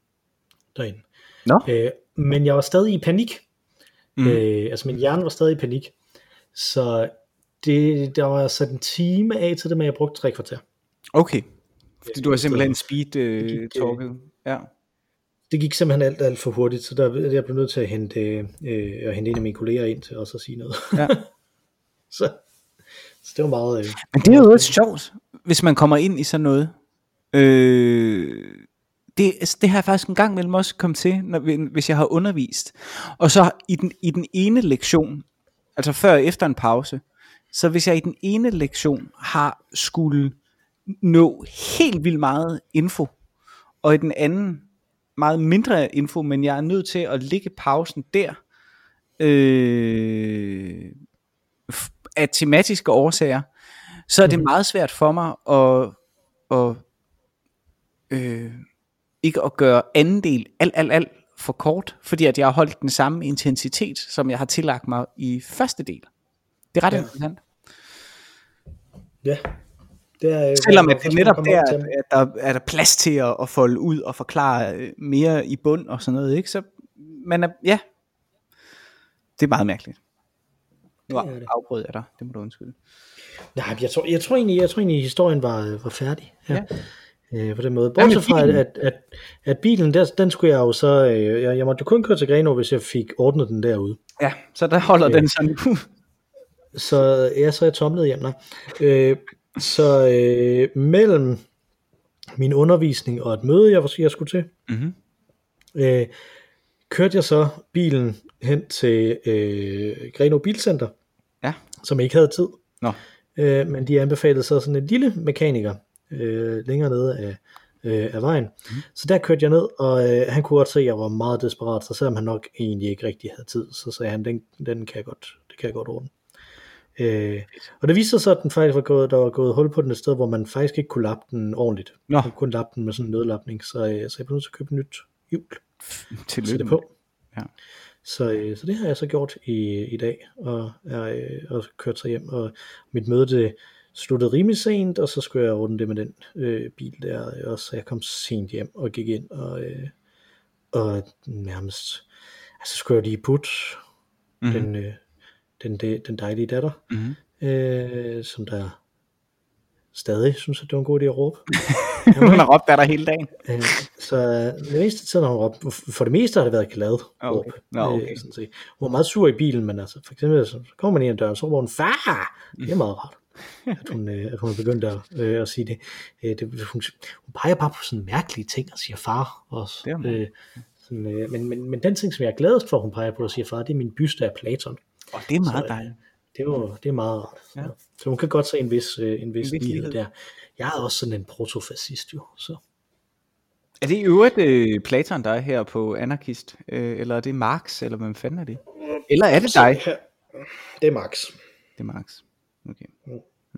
derinde. Nå. Øh, men jeg var stadig i panik. Mm. Øh, altså min hjerne var stadig i panik. Så det, der var sat en time af til det, men jeg brugte tre kvarter. Okay. Fordi du har simpelthen speed-talket. Øh, ja. Det gik simpelthen alt, alt for hurtigt, så der, jeg blev nødt til at hente, øh, at hente en af mine kolleger ind til også at sige noget. Ja. så, så det var meget... Øh, Men det er jo også sjovt, hvis man kommer ind i sådan noget. Øh, det, det har jeg faktisk en gang mellem også kommet til, når, hvis jeg har undervist. Og så i den, i den ene lektion, altså før og efter en pause, så hvis jeg i den ene lektion har skulle nå helt vildt meget info, og i den anden meget mindre info, men jeg er nødt til at lægge pausen der, øh, af tematiske årsager, så er det meget svært for mig at, at øh, ikke at gøre anden del alt, alt, alt for kort, fordi at jeg har holdt den samme intensitet, som jeg har tillagt mig i første del. Det er ret ja. interessant. Ja. Det er, Selvom at det netop der, at, at der er der plads til at, at folde ud og forklare mere i bund og sådan noget, ikke? Så, men ja, det er meget mærkeligt. Nu afbrød jeg dig, det må du undskylde. Nej, jeg tror, jeg tror egentlig, jeg tror egentlig, at historien var, var færdig. Ja. Ja. Øh, på den måde. Bortset fra, at, at, at, at bilen, der, den skulle jeg jo så, øh, jeg, jeg måtte jo kun køre til Grenaa, hvis jeg fik ordnet den derude. Ja, så der holder ja. den sådan. så ja, så er jeg tomlet hjem. Nej. Øh, Så øh, mellem min undervisning og et møde, jeg, jeg skulle til, mm-hmm. øh, kørte jeg så bilen hen til øh, Grenaa Bilcenter, ja. som ikke havde tid. Nå. Øh, men de anbefalede så sådan en lille mekaniker øh, længere nede af, øh, af vejen. Mm. Så der kørte jeg ned, og øh, han kunne godt se, at jeg var meget desperat, så selvom han nok egentlig ikke rigtig havde tid, så sagde han, den, den kan jeg godt, det kan jeg godt ordne. Øh, og det viste sig så, at den faktisk var gået, der var gået hul på den et sted, hvor man faktisk ikke kunne lappe den ordentligt. Nå. Man kunne lappe den med sådan en nødlapning, så, øh, så jeg blev nødt til at købe et nyt hjul. Tillykke på. Ja. Så, øh, så det har jeg så gjort i, i dag, og jeg øh, og kørt sig hjem, og mit møde det sluttede rimelig sent, og så skulle jeg ordne det med den øh, bil der, og så jeg kom sent hjem og gik ind, og, øh, og nærmest, altså skulle jeg lige putte mm-hmm. den... Øh, Den, den dejlige datter, mm-hmm. øh, som der stadig synes, at det var en god idé at råbe. Hun har råbt datter hele dagen. Øh, så det meste tid har hun råbt. For det meste har det været glad råb. Okay. No, okay. øh, sådan set. Hun var meget sur i bilen, men altså, for eksempel, så kommer man ind ad døren, så råber hun, far! Det er meget rart, at hun, øh, at hun er begyndt at, øh, at sige det. Øh, det hun, hun peger bare på sådan mærkelige ting og siger far også. Øh, sådan, øh, men, men, men den ting, som jeg er gladest for, hun peger på at sige far, det er min byste af Platon. Og det er meget så, dejligt. Det er, det er meget rart. Ja. Så hun kan godt se en vis, en vis lighed der. Jeg er også sådan en protofascist jo. Så. Er det i øvrigt øh, Platon, der er her på Anarkist? Øh, eller er det Marx? Eller hvem fanden er det? Eller er det dig? Det er Marx. Det er Marx. Okay. Mm.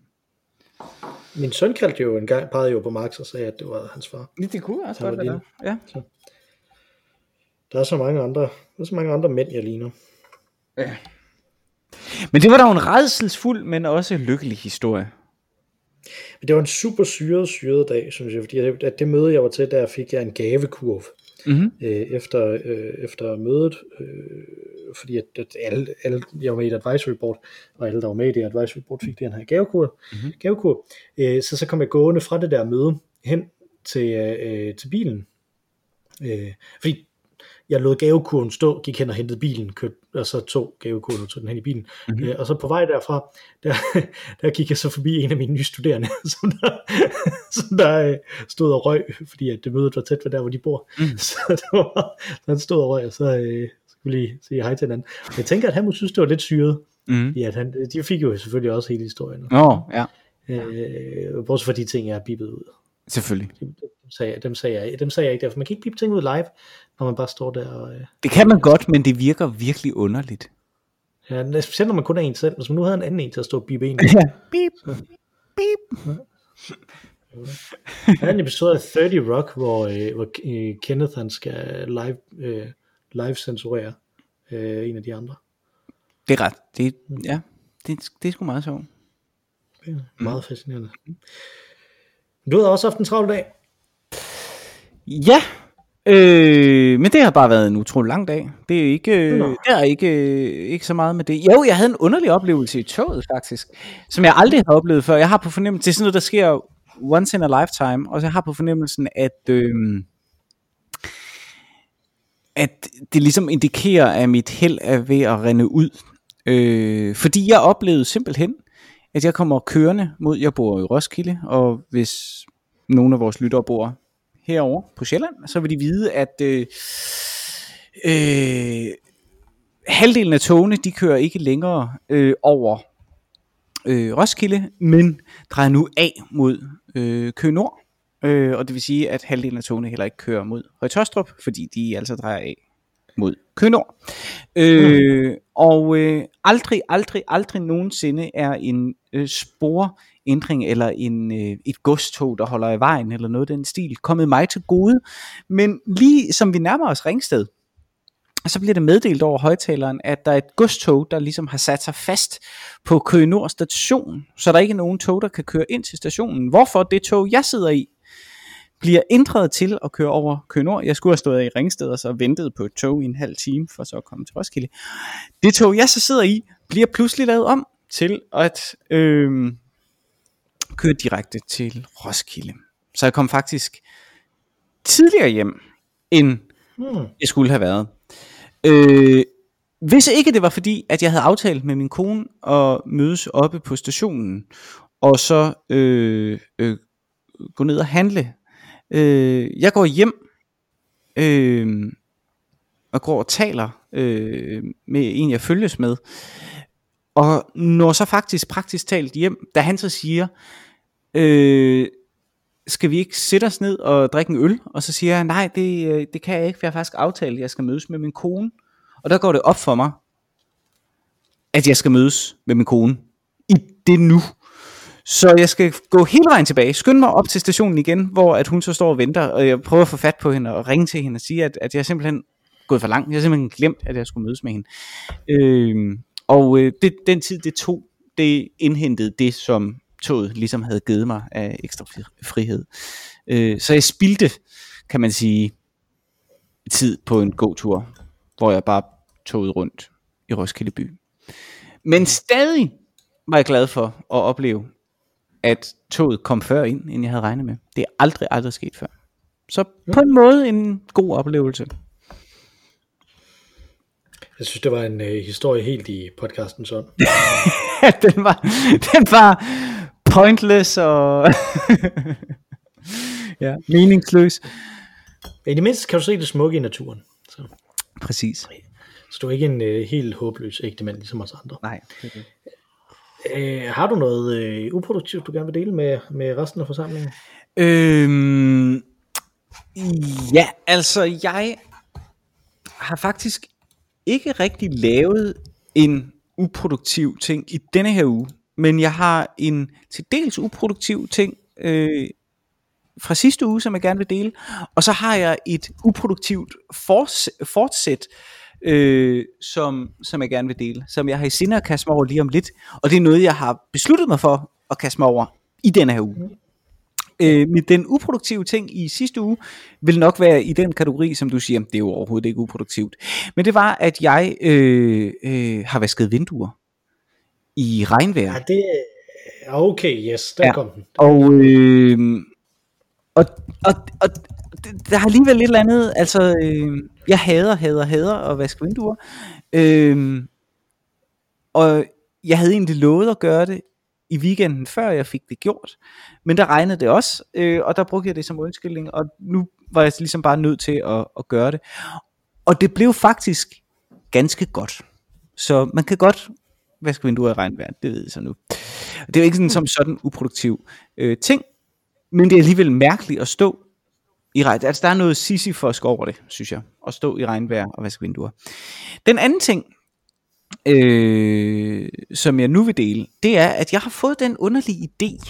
Min søn kaldte jo en gang, pegede jo på Marx og sagde, at det var hans far. Det kunne også godt være. Ja. Så. Der er så mange andre, der er så mange andre mænd, jeg ligner. Ja. Men det var da en rædselsfuld, men også lykkelig historie. Det var en super syret, syret dag, synes jeg, fordi at det møde, jeg var til, der fik jeg en gavekurv mm-hmm. øh, efter, øh, efter mødet, øh, fordi at, at alle, alle, jeg var med i et advisory board, og alle, der var med i det advisory board, fik den her gavekurv. Mm-hmm. gavekurv. Øh, så så kom jeg gående fra det der møde hen til, øh, til bilen, øh, fordi jeg lod gavekurven stå, gik hen og hentede bilen, kørte, og så tog gavekurven og tog den hen i bilen. Mm-hmm. Øh, og så på vej derfra, der, der gik jeg så forbi en af mine nye studerende, som der, som der øh, stod og røg, fordi at det mødet var tæt ved der, hvor de bor. Mm. Så det var, han stod og røg, og så øh, skulle lige sige hej til hinanden. Jeg tænker, at han måske synes, det var lidt syret. Mm. Ja, at han, de fik jo selvfølgelig også hele historien. Åh, oh, ja. Øh, bortset fra de ting, jeg har bippet ud. Selvfølgelig. Dem sagde jeg, dem sagde jeg, dem sagde jeg ikke der, for man kan ikke bippe ting ud live, når man bare står der og... Øh, det kan man godt, men det virker virkelig underligt. Ja, specielt når man kun er en selv, hvis man nu havde en anden en til at stå og bippe en. Ja, bip, bip. Ja. Der er en episode af thirty Rock, hvor, øh, hvor øh, Kenneth han skal live, øh, live censurere øh, en af de andre. Det er ret, det, ja, det, det er sgu meget sjovt. Ja, meget mm. fascinerende. Du har også haft en travl dag. Ja, Øh, men det har bare været en utrolig lang dag. Det er ikke, øh, det er ikke, øh, ikke så meget med det. Jo, jeg havde en underlig oplevelse i toget faktisk, som jeg aldrig har oplevet før. Jeg har på fornemmelsen, det er sådan noget, der sker once in a lifetime, og så har på fornemmelsen, at, øh, at det ligesom indikerer, at mit held er ved at rinde ud. Øh, fordi jeg oplevede simpelthen, at jeg kommer kørende mod, jeg bor i Roskilde, og hvis nogen af vores lyttere bor herover på Sjælland, så vil de vide, at øh, øh, halvdelen af togene, de kører ikke længere øh, over øh, Roskilde, men drejer nu af mod øh, Køge Nord, øh, og det vil sige, at halvdelen af togene heller ikke kører mod Høje-Taastrup, fordi de altså drejer af mod Køge Nord. Øh, mm. Og øh, aldrig, aldrig, aldrig nogensinde er en øh, sporændring eller en, øh, et godstog, der holder i vejen eller noget af den stil, kommet mig til gode. Men lige som vi nærmer os Ringsted, så bliver det meddelt over højtaleren, at der er et godstog, der ligesom har sat sig fast på Køge Nord station, så der ikke er nogen tog, der kan køre ind til stationen. Hvorfor det tog, jeg sidder i, bliver ændret til at køre over Køge Nord. Jeg skulle have stået i Ringsted og så ventet på et tog i en halv time, for så at komme til Roskilde. Det tog, jeg så sidder i, bliver pludselig lavet om til at øh, køre direkte til Roskilde. Så jeg kom faktisk tidligere hjem, end hmm. jeg skulle have været. Øh, hvis ikke det var fordi, at jeg havde aftalt med min kone at mødes oppe på stationen, og så øh, øh, gå ned og handle. Øh, jeg går hjem øh, og går og taler øh, med en jeg følges med, og når så faktisk praktisk talt hjem, da han så siger øh, skal vi ikke sætte os ned og drikke en øl, og så siger jeg nej, det, det kan jeg ikke, for jeg har faktisk aftalt at jeg skal mødes med min kone. Og der går det op for mig, at jeg skal mødes med min kone i det nu. Så jeg skal gå hele vejen tilbage, skynde mig op til stationen igen, hvor at hun så står og venter, og jeg prøver at få fat på hende og ringe til hende og sige, at, at jeg simpelthen gået for langt. Jeg har simpelthen glemt, at jeg skulle mødes med hende. Øh, og øh, det, den tid det tog, det indhentede det, som toget ligesom havde givet mig af ekstra frihed. Øh, så jeg spildte, kan man sige, tid på en gåtur, hvor jeg bare tog rundt i Roskilde by. Men stadig var jeg glad for at opleve, at toget kom før ind, end jeg havde regnet med. Det er aldrig, aldrig sket før. Så på en måde en god oplevelse. Jeg synes, det var en øh, historie helt i podcasten sådan. den var, den var pointless og ja, meningsløs. I det mindste kan du se det smukke i naturen. Så. Præcis. Så du er ikke en øh, helt håbløs ægtemand, ligesom os andre. Nej. Okay. Øh, har du noget øh, uproduktivt, du gerne vil dele med, med resten af forsamlingen? Øhm, ja, altså jeg har faktisk ikke rigtig lavet en uproduktiv ting i denne her uge, men jeg har en til dels uproduktiv ting øh, fra sidste uge, som jeg gerne vil dele, og så har jeg et uproduktivt forts- fortsæt, øh, som, som jeg gerne vil dele, som jeg har i sinde at kaste mig over lige om lidt, og det er noget, jeg har besluttet mig for at kaste mig over i denne her uge. Øh, men den uproduktive ting i sidste uge vil nok være i den kategori, som du siger, det er jo overhovedet ikke uproduktivt. Men det var, at jeg øh, øh, har vasket vinduer i regnvejr. Ja, det er okay, yes, der ja. kom den. Og, øh, og, og, og der har lige været lidt andet, altså øh, jeg hader, hader, hader at vaske vinduer. Øh, og jeg havde egentlig lovet at gøre det i weekenden, før jeg fik det gjort, men der regnede det også, øh, og der brugte jeg det som undskyldning, og nu var jeg ligesom bare nødt til at, at gøre det, og det blev faktisk ganske godt, så man kan godt vaske vinduer i regnvejr, det ved jeg så nu. Det er jo ikke sådan som sådan uproduktiv øh, ting, men det er alligevel mærkeligt at stå i regnvejr, altså der er noget sisyfosk over det, synes jeg, at stå i regnvejr og vaske vinduer. Den anden ting, Øh, som jeg nu vil dele, det er, at jeg har fået den underlige idé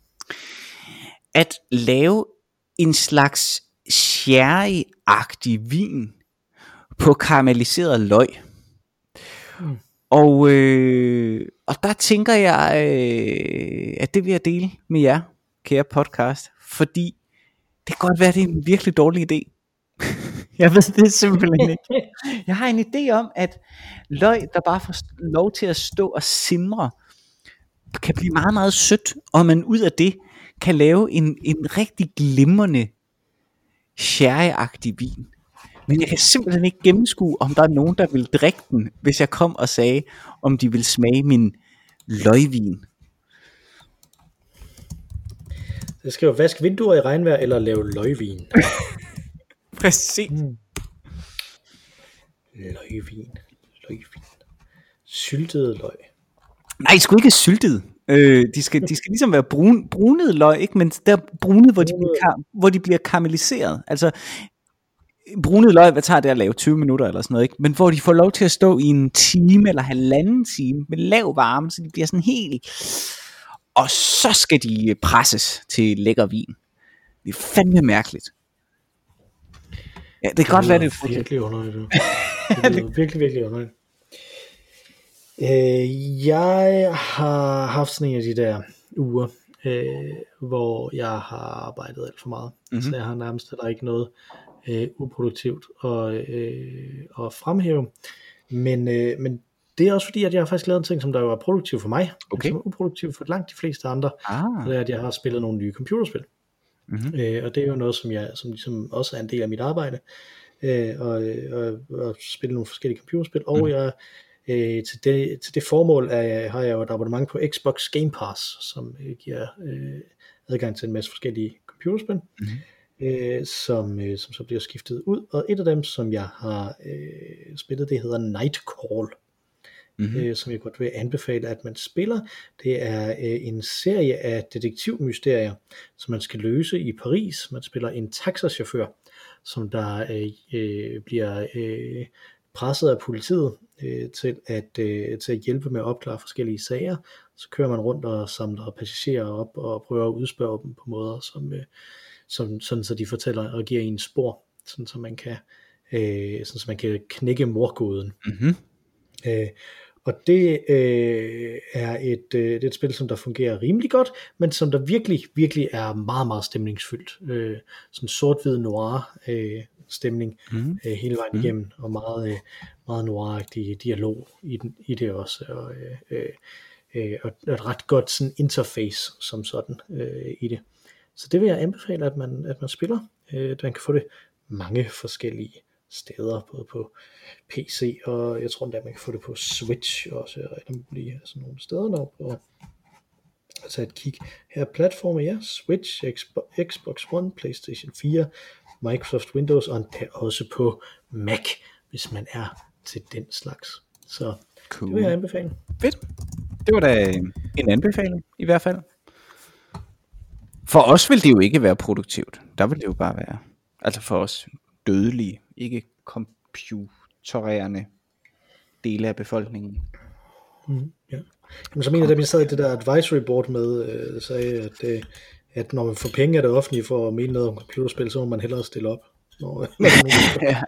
at lave en slags sherry-agtig vin på karamelliseret løg. Mm. Og, øh, og der tænker jeg, øh, at det vil jeg dele med jer, kære podcast, fordi det kan godt være, det er en virkelig dårlig idé. Jeg ved det simpelthen ikke. Jeg har en idé om, at løg, der bare får lov til at stå og simre, kan blive meget, meget sødt, og man ud af det kan lave en, en rigtig glimrende sherry-agtig vin. Men jeg kan simpelthen ikke gennemskue, om der er nogen, der vil drikke den, hvis jeg kom og sagde, om de vil smage min løgvin. Det skal jo vaske vinduer i regnvejr, eller lave løgvin. Præcis. Mm. Løgvin. Løgvin. Syltede løg. Nej, sgu ikke syltet. Øh, de, skal, de skal ligesom være brun, brunet løg, ikke? Men der er brunet, hvor de, bliver, hvor de bliver karamelliseret. Altså, brunet løg, hvad tager det at lave? tyve minutter eller sådan noget, ikke? Men hvor de får lov til at stå i en time eller halvanden time med lav varme, så de bliver sådan helt... Og så skal de presses til lækker vin. Det er fandme mærkeligt. Ja, det kan det godt være, det er virkelig underligt. Det er virkelig, virkelig underligt. Øh, jeg har haft sådan en af de der uger, øh, hvor jeg har arbejdet alt for meget. Mm-hmm. Så jeg har nærmest heller ikke noget øh, uproduktivt at, øh, at fremhæve. Men, øh, men det er også fordi, at jeg har faktisk lavet en ting, som der var produktiv for mig, okay. Som er uproduktiv for langt de fleste andre. Ah. Det er, at jeg har spillet nogle nye computerspil. Mm-hmm. Øh, og det er jo noget, som jeg som ligesom også er en del af mit arbejde. Øh, og, og, og spille nogle forskellige computerspil. Og mm. jeg øh, til, det, til det formål er, har jeg jo et abonnement på Xbox Game Pass, som øh, giver øh, adgang til en masse forskellige computerspil. Mm. Øh, som, øh, som så bliver skiftet ud. Og et af dem, som jeg har øh, spillet, det hedder Nightcall. Mm-hmm. øh, som jeg godt vil anbefale, at man spiller. Det er øh, en serie af detektivmysterier, som man skal løse i Paris. Man spiller en taxachauffør, som der øh, øh, bliver øh, presset af politiet øh, til, at, øh, til at hjælpe med at opklare forskellige sager. Så kører man rundt og samler passagerer op og prøver at udspørge dem på måder, som, øh, som, sådan så de fortæller og giver en spor, sådan så man kan, øh, sådan så man kan knække mordgåden. Mm-hmm. Øh, og det øh, er et, øh, det er et spil, som der fungerer rimelig godt, men som der virkelig, virkelig er meget, meget stemningsfyldt. Øh, sådan sort-hvid noir øh, stemning mm. øh, hele vejen mm. igennem, og meget, øh, meget noir-agtig dialog i, den, i det også, og, øh, øh, og et ret godt sådan interface som sådan øh, i det. Så det vil jeg anbefale, at man, at man spiller. Øh, man kan få det mange forskellige steder, både på P C, og jeg tror endda, man kan få det på Switch også, og alle mulige sådan nogle steder nok, og altså et kig her platformer, ja, Switch, Xbox One, PlayStation fire, Microsoft Windows, og endda også på Mac, hvis man er til den slags. Så cool. Det vil jeg anbefale. Fedt. Det var da en anbefaling, i hvert fald. For os vil det jo ikke være produktivt. Der vil det jo bare være, altså for os dødelige, ikke computererende dele af befolkningen. Mm, ja. Men som en af dem, jeg sad i det der advisory board med, øh, sagde, at, øh, at når man får penge af det offentlige for at mene noget om computerspil, så må man hellere stille op. Når, når ja.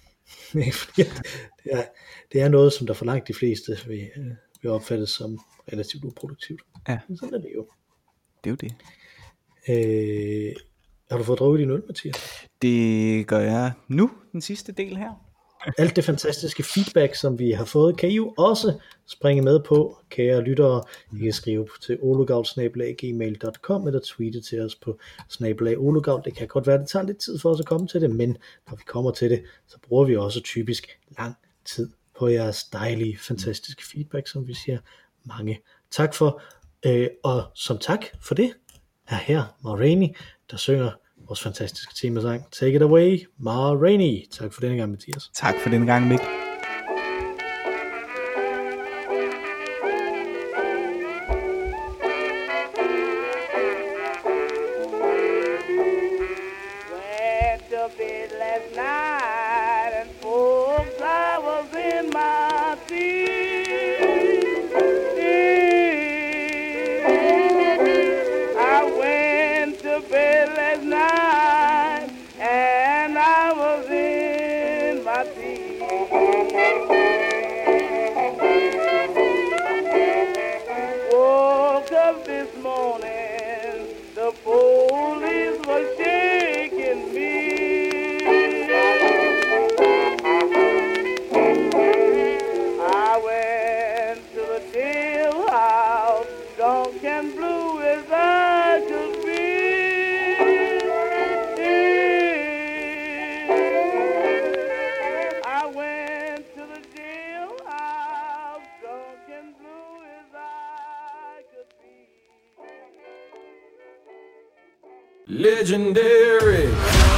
det, er, det er noget, som der for langt de fleste vil, vil opfattes som relativt uproduktivt. Ja. Men sådan er det jo. Det er jo det. Øh, har du fået drukket din øl, Mathias? Det gør jeg nu, den sidste del her. Alt det fantastiske feedback, som vi har fået, kan I jo også springe med på, kære lyttere. I kan skrive til ologavl snabel-a gmail punktum com eller tweete til os på snabel-a ologavl. Det kan godt være, det tager lidt tid for os at komme til det, men når vi kommer til det, så bruger vi også typisk lang tid på jeres dejlige, fantastiske feedback, som vi siger mange tak for. Øh, og som tak for det, er her Ma Rainey, der synger vores fantastiske temasang. Take it away, Ma Rainey. Tak for denne gang, Mathias. Tak for denne gang, Mikkel. And I was in my teens. Legendary.